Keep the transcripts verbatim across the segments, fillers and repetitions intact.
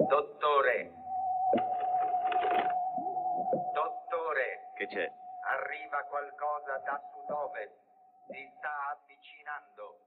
Dottore. Dottore. Che c'è? Arriva qualcosa da sud-ovest. Si sta avvicinando.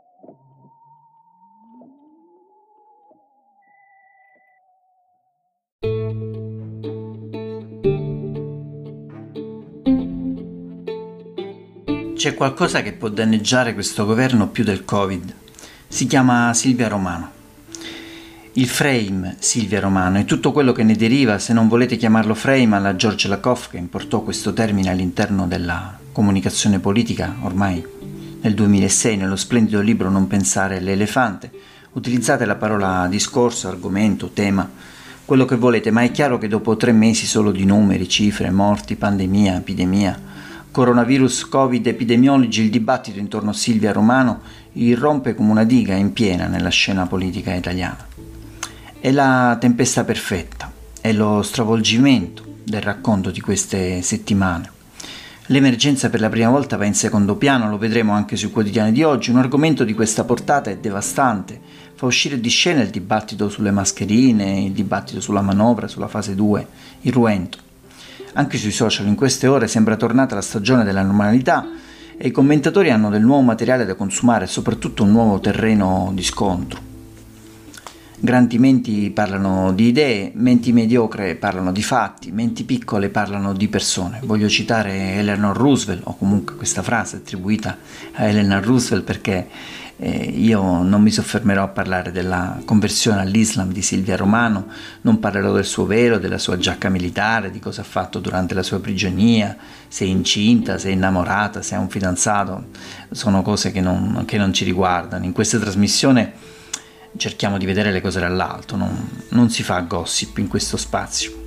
C'è qualcosa che può danneggiare questo governo più del Covid. Si chiama Silvia Romano. Il frame Silvia Romano e tutto quello che ne deriva, se non volete chiamarlo frame, alla George Lakoff, che importò questo termine all'interno della comunicazione politica ormai nel duemilasei nello splendido libro Non pensare all'elefante. Utilizzate la parola discorso, argomento, tema, quello che volete, ma è chiaro che dopo tre mesi solo di numeri, cifre, morti, pandemia, epidemia, coronavirus, covid, epidemiologi, il dibattito intorno a Silvia Romano irrompe come una diga in piena nella scena politica italiana. È la tempesta perfetta, è lo stravolgimento del racconto di queste settimane. L'emergenza per la prima volta va in secondo piano, lo vedremo anche sui quotidiani di oggi. Un argomento di questa portata è devastante, fa uscire di scena il dibattito sulle mascherine, il dibattito sulla manovra, sulla fase due, irruento. Anche sui social in queste ore sembra tornata la stagione della normalità e i commentatori hanno del nuovo materiale da consumare e soprattutto un nuovo terreno di scontro. Grandi menti parlano di idee, menti mediocre parlano di fatti, menti piccole parlano di persone. Voglio citare Eleanor Roosevelt, o comunque questa frase attribuita a Eleanor Roosevelt perché eh, io non mi soffermerò a parlare della conversione all'Islam di Silvia Romano, non parlerò del suo velo, della sua giacca militare, di cosa ha fatto durante la sua prigionia, se è incinta, se è innamorata, se ha un fidanzato. Sono cose che non, che non ci riguardano. In questa trasmissione cerchiamo di vedere le cose dall'alto, non, non si fa gossip in questo spazio.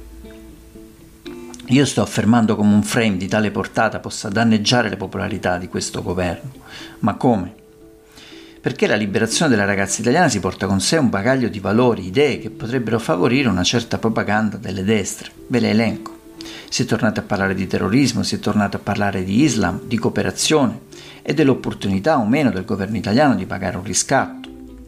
Io sto affermando come un frame di tale portata possa danneggiare le popolarità di questo governo. Ma come? Perché la liberazione della ragazza italiana si porta con sé un bagaglio di valori, idee che potrebbero favorire una certa propaganda delle destre. Ve le elenco. Si è tornato a parlare di terrorismo, si è tornato a parlare di Islam, di cooperazione e dell'opportunità o meno del governo italiano di pagare un riscatto.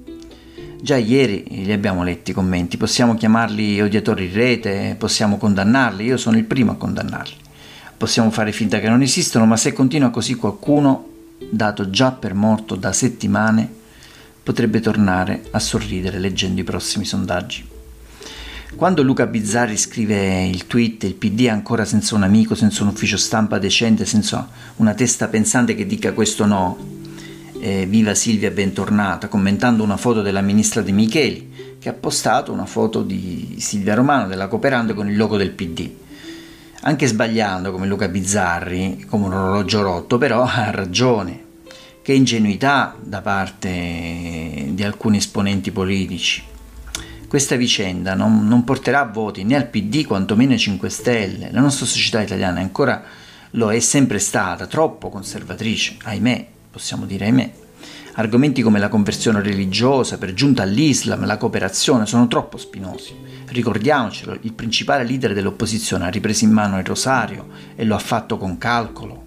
Già ieri li abbiamo letti i commenti, possiamo chiamarli odiatori in rete, possiamo condannarli, io sono il primo a condannarli. Possiamo fare finta che non esistono, ma se continua così qualcuno, dato già per morto da settimane, potrebbe tornare a sorridere leggendo i prossimi sondaggi. Quando Luca Bizzarri scrive il tweet, il P D è ancora senza un amico, senza un ufficio stampa decente, senza una testa pensante che dica questo no, Eh, viva Silvia bentornata, commentando una foto della ministra De Micheli che ha postato una foto di Silvia Romano della Cooperando con il logo del P D, anche sbagliando come Luca Bizzarri, come un orologio rotto, però ha ragione. Che ingenuità da parte di alcuni esponenti politici. Questa vicenda non, non porterà voti né al P D quantomeno ai cinque Stelle. La nostra società italiana ancora lo è sempre stata, troppo conservatrice, ahimè. Possiamo dire ahimè. Argomenti come la conversione religiosa, per giunta all'Islam, la cooperazione sono troppo spinosi. Ricordiamocelo, il principale leader dell'opposizione ha ripreso in mano il rosario e lo ha fatto con calcolo.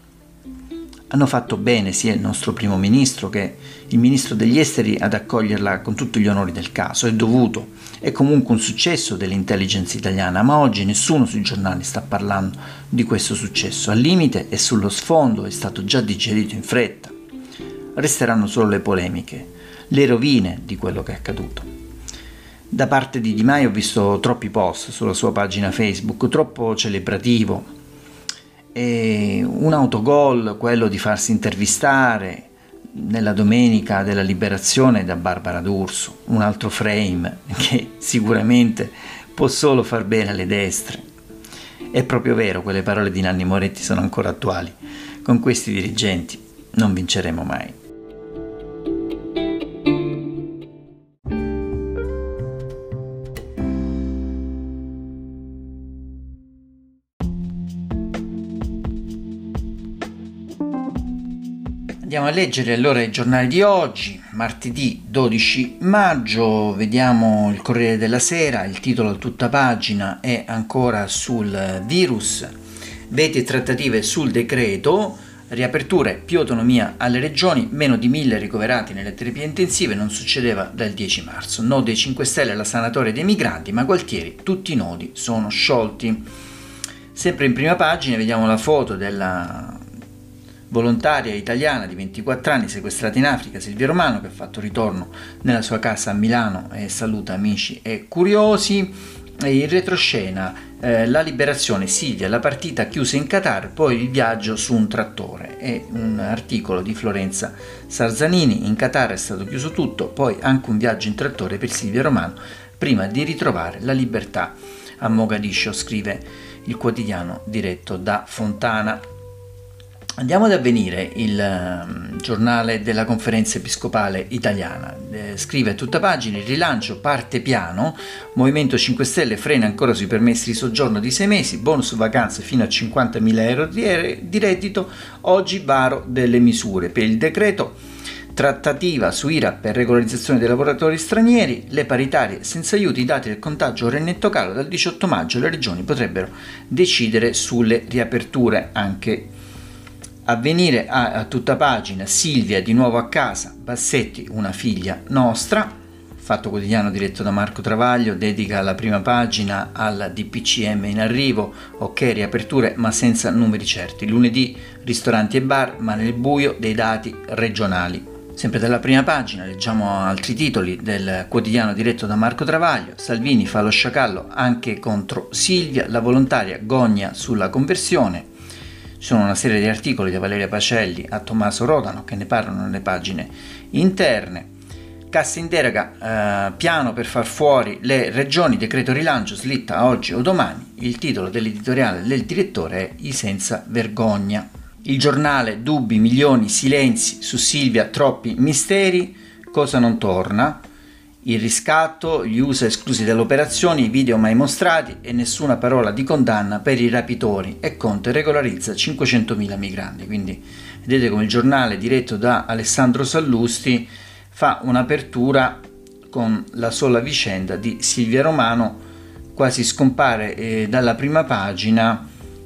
Hanno fatto bene sia il nostro primo ministro che il ministro degli esteri ad accoglierla con tutti gli onori del caso. È dovuto, è comunque un successo dell'intelligence italiana, ma oggi nessuno sui giornali sta parlando di questo successo. Al limite e sullo sfondo è stato già digerito in fretta. Resteranno solo le polemiche, le rovine di quello che è accaduto. Da parte di Di Maio ho visto troppi post sulla sua pagina Facebook, troppo celebrativo. E un autogol, quello di farsi intervistare nella domenica della liberazione da Barbara D'Urso, un altro frame che sicuramente può solo far bene alle destre. È proprio vero, quelle parole di Nanni Moretti sono ancora attuali. Con questi dirigenti non vinceremo mai. Andiamo a leggere allora i giornali di oggi, martedì dodici maggio, vediamo il Corriere della Sera, il titolo a tutta pagina è ancora sul virus, veti e trattative sul decreto, Riaperture, più autonomia alle regioni, meno di mille ricoverati nelle terapie intensive, non succedeva dal dieci marzo. No dei cinque Stelle alla sanatoria dei migranti, ma Gualtieri, tutti i nodi sono sciolti. Sempre in prima pagina vediamo la foto della volontaria italiana di ventiquattro anni sequestrata in Africa, Silvia Romano, che ha fatto ritorno nella sua casa a Milano e saluta amici e curiosi. E in retroscena eh, la liberazione, Silvia, la partita chiusa in Qatar, poi il viaggio su un trattore. È un articolo di Florenza Sarzanini. In Qatar è stato chiuso tutto, poi anche un viaggio in trattore per Silvia Romano prima di ritrovare la libertà a Mogadiscio, scrive il quotidiano diretto da Fontana. Andiamo ad Avvenire, il um, giornale della Conferenza Episcopale Italiana. Eh, scrive a tutta pagina: il rilancio parte piano, Movimento cinque Stelle frena ancora sui permessi di soggiorno di sei mesi, bonus vacanze fino a cinquantamila euro di, er- di reddito, oggi varo delle misure per il decreto, trattativa su I R A P per regolarizzazione dei lavoratori stranieri, le paritarie senza aiuti, i dati del contagio ora in netto calo, dal diciotto maggio le regioni potrebbero decidere sulle riaperture. Anche Avvenire a, a tutta pagina: Silvia di nuovo a casa, Bassetti una figlia nostra. Fatto Quotidiano diretto da Marco Travaglio dedica la prima pagina al D P C M in arrivo, ok riaperture ma senza numeri certi, lunedì ristoranti e bar ma nel buio dei dati regionali. Sempre dalla prima pagina leggiamo altri titoli del quotidiano diretto da Marco Travaglio: Salvini fa lo sciacallo anche contro Silvia, la volontaria gogna sulla conversione. Ci sono una serie di articoli da Valeria Pacelli a Tommaso Rodano che ne parlano nelle pagine interne. Cassa in deroga, eh, piano per far fuori le regioni, decreto rilancio, slitta oggi o domani. Il titolo dell'editoriale del direttore è I senza vergogna. Il giornale: dubbi, milioni, silenzi su Silvia, troppi misteri, cosa non torna. Il riscatto, gli U S A esclusi dall'operazione, i video mai mostrati e nessuna parola di condanna per i rapitori, e Conte regolarizza cinquecentomila migranti. Quindi vedete come il giornale diretto da Alessandro Sallusti fa un'apertura con la sola vicenda di Silvia Romano, quasi scompare eh, dalla prima pagina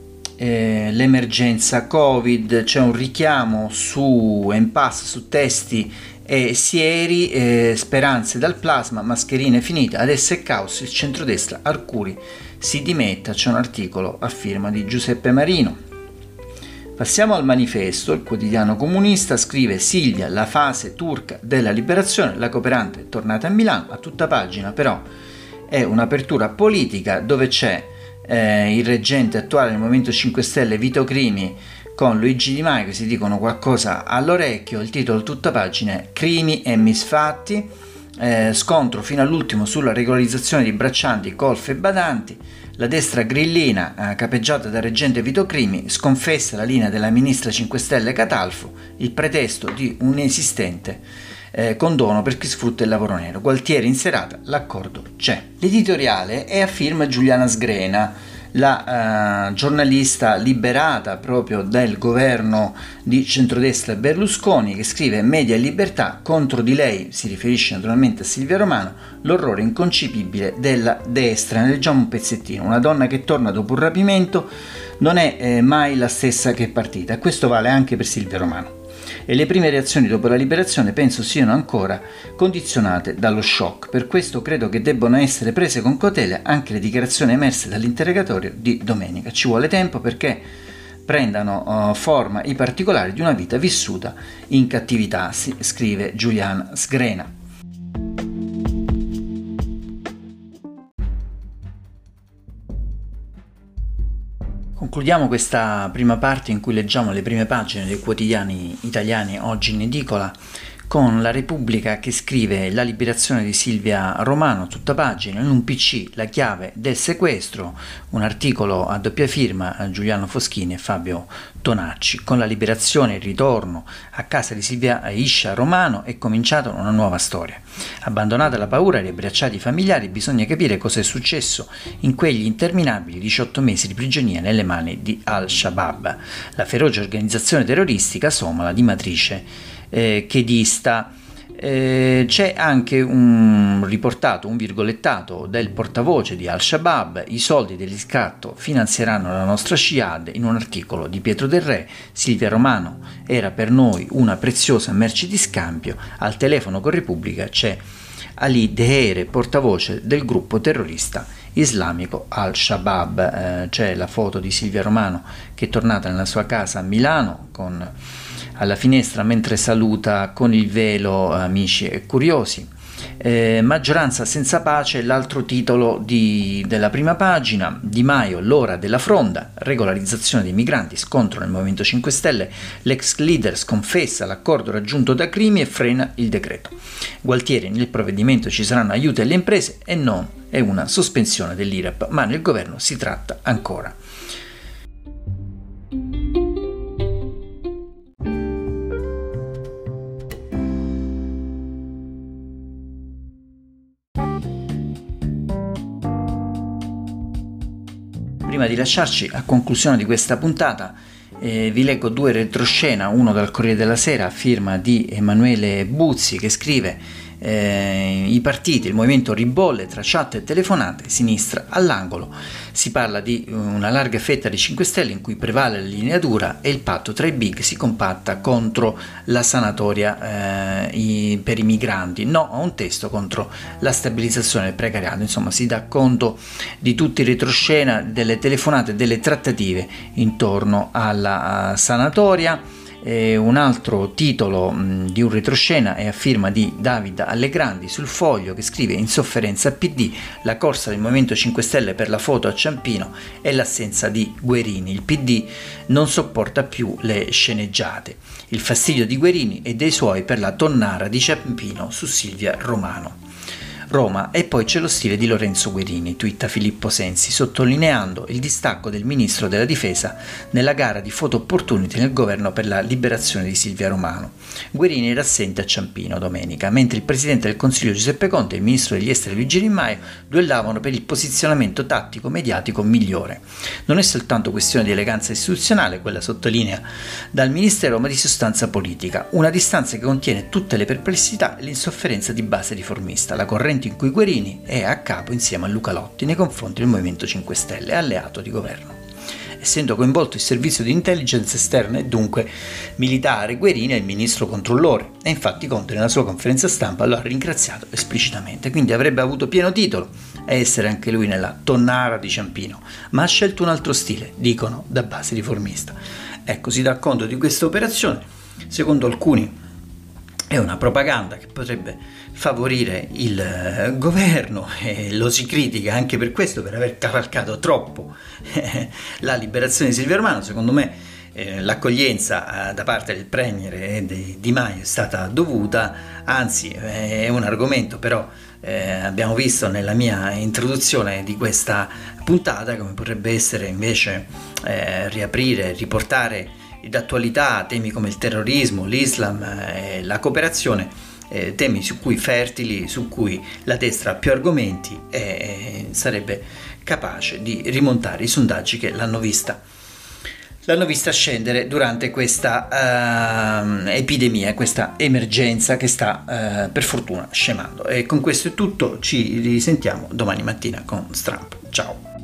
eh, l'emergenza Covid, c'è un richiamo su Empass, su testi e sieri, eh, speranze dal plasma, mascherine finite, adesso è caos, il centrodestra Arcuri si dimetta. C'è un articolo a firma di Giuseppe Marino. Passiamo al Manifesto. Il quotidiano comunista scrive: Silvia, la fase turca della liberazione, la cooperante è tornata a Milano. A tutta pagina però è un'apertura politica dove c'è eh, il reggente attuale del Movimento cinque Stelle Vito Crimi con Luigi Di Maio che si dicono qualcosa all'orecchio. Il titolo tutta pagina è Crimi e misfatti, eh, scontro fino all'ultimo sulla regolarizzazione di braccianti, colf e badanti. La destra grillina, eh, capeggiata da reggente Vito Crimi, sconfessa la linea della ministra cinque Stelle Catalfo, il pretesto di un esistente eh, condono per chi sfrutta il lavoro nero. Gualtieri in serata, l'accordo c'è. L'editoriale è a firma Giuliana Sgrena, la uh, giornalista liberata proprio dal governo di centrodestra Berlusconi, che scrive: Media e libertà, contro di lei, si riferisce naturalmente a Silvia Romano, l'orrore inconcepibile della destra. Ne leggiamo un pezzettino: una donna che torna dopo un rapimento non è eh, mai la stessa che è partita. Questo vale anche per Silvia Romano. E le prime reazioni dopo la liberazione penso siano ancora condizionate dallo shock. Per questo credo che debbano essere prese con cautela anche le dichiarazioni emerse dall'interrogatorio di domenica. Ci vuole tempo perché prendano uh, forma i particolari di una vita vissuta in cattività, si scrive Giuliana Sgrena. Concludiamo questa prima parte in cui leggiamo le prime pagine dei quotidiani italiani oggi in edicola con la Repubblica che scrive: la liberazione di Silvia Romano, tutta pagina, in un P C la chiave del sequestro, un articolo a doppia firma a Giuliano Foschini e Fabio Tonacci. Con la liberazione e il ritorno a casa di Silvia Iscia Romano è cominciata una nuova storia. Abbandonata la paura e riabbracciati i familiari, bisogna capire cosa è successo in quegli interminabili diciotto mesi di prigionia nelle mani di Al-Shabaab, la feroce organizzazione terroristica somala di matrice eh, chedista. Eh, c'è anche un riportato, un virgolettato del portavoce di Al-Shabaab: i soldi del riscatto finanzieranno la nostra Jihad, in un articolo di Pietro Del Re. Silvia Romano era per noi una preziosa merce di scambio. Al telefono con Repubblica c'è Ali Dehere, portavoce del gruppo terrorista islamico Al-Shabaab. Eh, c'è la foto di Silvia Romano che è tornata nella sua casa a Milano, con alla finestra mentre saluta con il velo amici e curiosi. Eh, maggioranza senza pace, l'altro titolo di, della prima pagina. Di Maio, l'ora della fronda, regolarizzazione dei migranti, scontro nel Movimento cinque Stelle, l'ex leader sconfessa l'accordo raggiunto da Crimi e frena il decreto. Gualtieri: nel provvedimento ci saranno aiuti alle imprese e non è una sospensione dell'I R A P, ma nel governo si tratta ancora. Prima di lasciarci, a conclusione di questa puntata, eh, vi leggo due retroscena, uno dal Corriere della Sera a firma di Emanuele Buzzi, che scrive: eh, i partiti, il movimento ribolle tra chat e telefonate, sinistra all'angolo. Si parla di una larga fetta di cinque Stelle in cui prevale la linea dura e il patto tra i big si compatta contro la sanatoria eh, i, per i migranti, no a un testo contro la stabilizzazione del precariato. Insomma, si dà conto di tutti i retroscena, delle telefonate e delle trattative intorno alla sanatoria. E un altro titolo mh, di un retroscena è a firma di David Allegrandi sul Foglio, che scrive: insofferenza P D, la corsa del Movimento cinque Stelle per la foto a Ciampino e l'assenza di Guerini. Il P D non sopporta più le sceneggiate, il fastidio di Guerini e dei suoi per la tonnara di Ciampino su Silvia Romano. Roma, e poi c'è lo stile di Lorenzo Guerini, twitta Filippo Sensi, sottolineando il distacco del ministro della difesa nella gara di photo opportunity nel governo per la liberazione di Silvia Romano. Guerini era assente a Ciampino domenica, mentre il presidente del Consiglio Giuseppe Conte e il ministro degli esteri Luigi Di Maio duellavano per il posizionamento tattico mediatico migliore. Non è soltanto questione di eleganza istituzionale, quella sottolinea dal ministero, ma di sostanza politica, una distanza che contiene tutte le perplessità e l'insofferenza di base riformista, la corrente in cui Guerini è a capo insieme a Luca Lotti nei confronti del Movimento cinque Stelle, alleato di governo. Essendo coinvolto il servizio di intelligence esterna e dunque militare, Guerini è il ministro controllore, e infatti Conte nella sua conferenza stampa lo ha ringraziato esplicitamente, quindi avrebbe avuto pieno titolo a essere anche lui nella tonnara di Ciampino, ma ha scelto un altro stile, dicono da base riformista. Ecco, si dà conto di questa operazione, secondo alcuni è una propaganda che potrebbe favorire il governo, e lo si critica anche per questo, per aver cavalcato troppo la liberazione di Silvia Romano. Secondo me eh, l'accoglienza eh, da parte del premier e di Di Maio è stata dovuta, anzi eh, è un argomento, però eh, abbiamo visto nella mia introduzione di questa puntata come potrebbe essere invece eh, riaprire, riportare d'attualità temi come il terrorismo, l'Islam e la cooperazione, eh, temi su cui fertili, su cui la destra ha più argomenti e eh, sarebbe capace di rimontare i sondaggi che l'hanno vista l'hanno vista scendere durante questa uh, epidemia, questa emergenza che sta uh, per fortuna scemando. E con questo è tutto, ci risentiamo domani mattina con Stramp. Ciao.